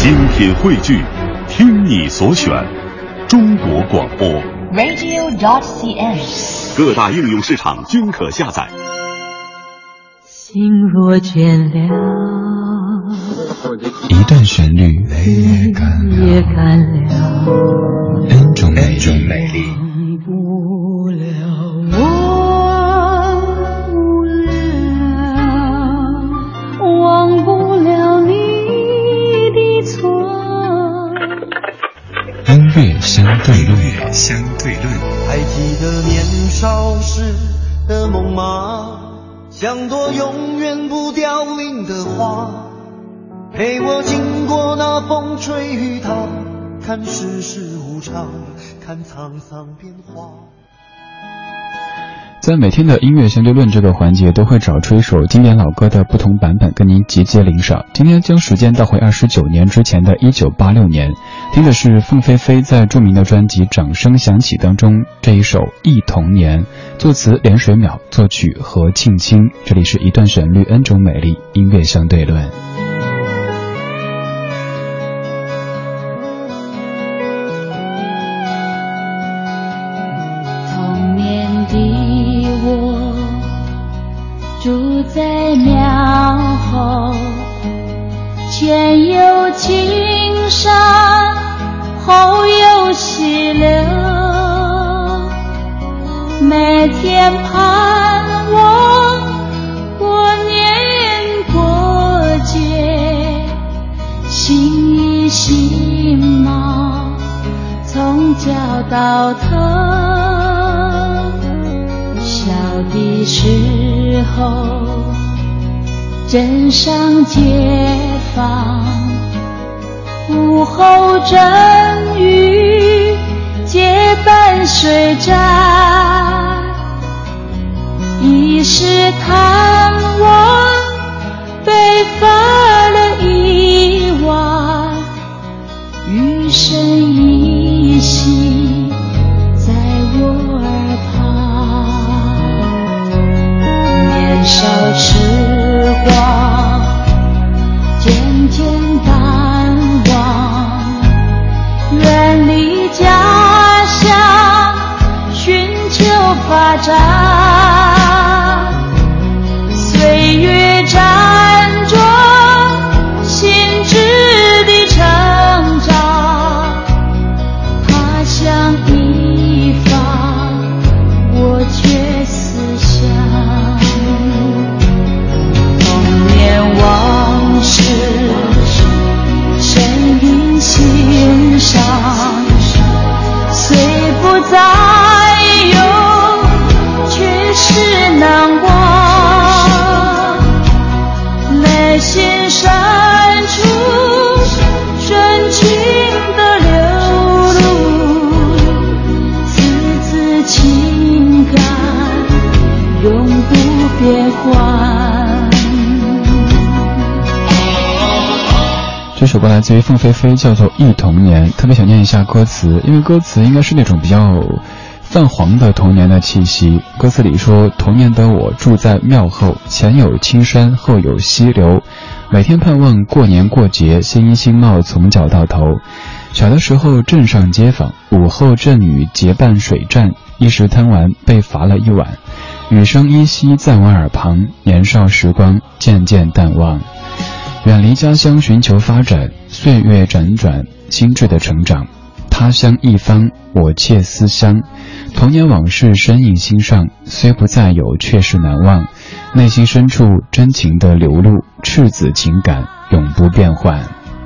精品汇聚，听你所选，中国广播 radio.cn， 各大应用市场均可下载。 心若倦了， 一段旋律也干了， 恩种美丽。 忘不了你的错。 音乐相对论， 还记得年少时的梦吗？像朵永远不凋零的花，陪我经过那风吹雨打，看世事无常，看沧桑变化。 在每天的音乐相对论这个环节，都会找出一首经典老歌的不同版本跟您集结领赏。今天将时间倒回29年之前的1986年，听的是凤飞飞在著名的专辑《掌声响起》当中这一首《忆童年》，作词连水淼，作曲何庆清。这里是一段旋律恩种美丽，音乐相对论。 住在庙后，前有青山，后有溪流，每天盼望过年过节，新衣新帽从脚到头，小的时候镇上街坊，午后阵雨结伴水站，一时探望被罚了1万，余生依稀在我耳旁。年少痴狂，渐渐淡忘，远离家乡，寻求发展。岁月辗转，心智的成长，他乡一方，我却思乡。童年往事，深印心上，虽不再有，却是难忘。内心深处深情的流露，字字情感永不变换。 这首歌来自于凤飞飞，叫做《忆童年》，特别想念一下歌词，因为歌词应该是那种比较泛黄的童年的气息。歌词里说，童年的我住在庙后，前有青山，后有溪流，每天盼望过年过节，新衣新帽从脚到头。小的时候镇上街坊，午后阵雨结伴水站，一时贪玩被罚了1晚，雨声依稀在我耳旁，年少时光渐渐淡忘。远离家乡寻求发展，岁月辗转，心智的成长，他乡一方，我妾思乡。童年往事深印心上，虽不再有，却是难忘。内心深处真情的流露，赤子情感永不变换。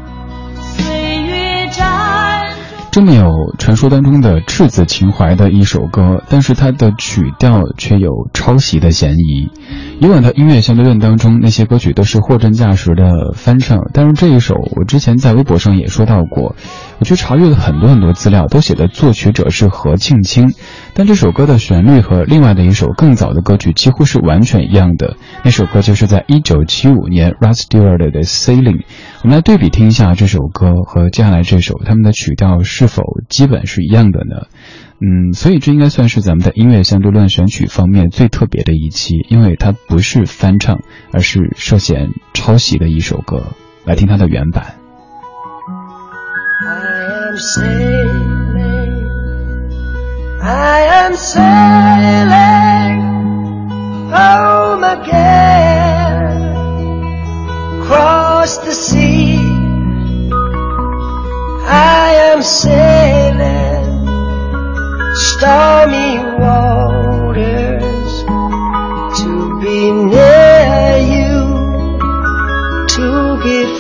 这么有传说当中的赤子情怀的一首歌，但是它的曲调却有抄袭的嫌疑。以往的音乐相对论当中，那些歌曲都是货真价实的翻唱，但是这一首我之前在微博上也说到过，我去查阅了很多资料，都写的作曲者是何庆清，但这首歌的旋律和另外的一首更早的歌曲几乎是完全一样的。那首歌就是在1975年 Rod Stewart 的 Sailing。 我们来对比听一下这首歌和接下来这首，他们的曲调是否基本是一样的呢？所以这应该算是咱们的音乐相对论选曲方面最特别的一期，因为它不是翻唱，而是涉嫌抄袭的一首歌。来听它的原版。 sailing, I am sailing home again, across the sea. I am sailing stormy waters to be near you, to be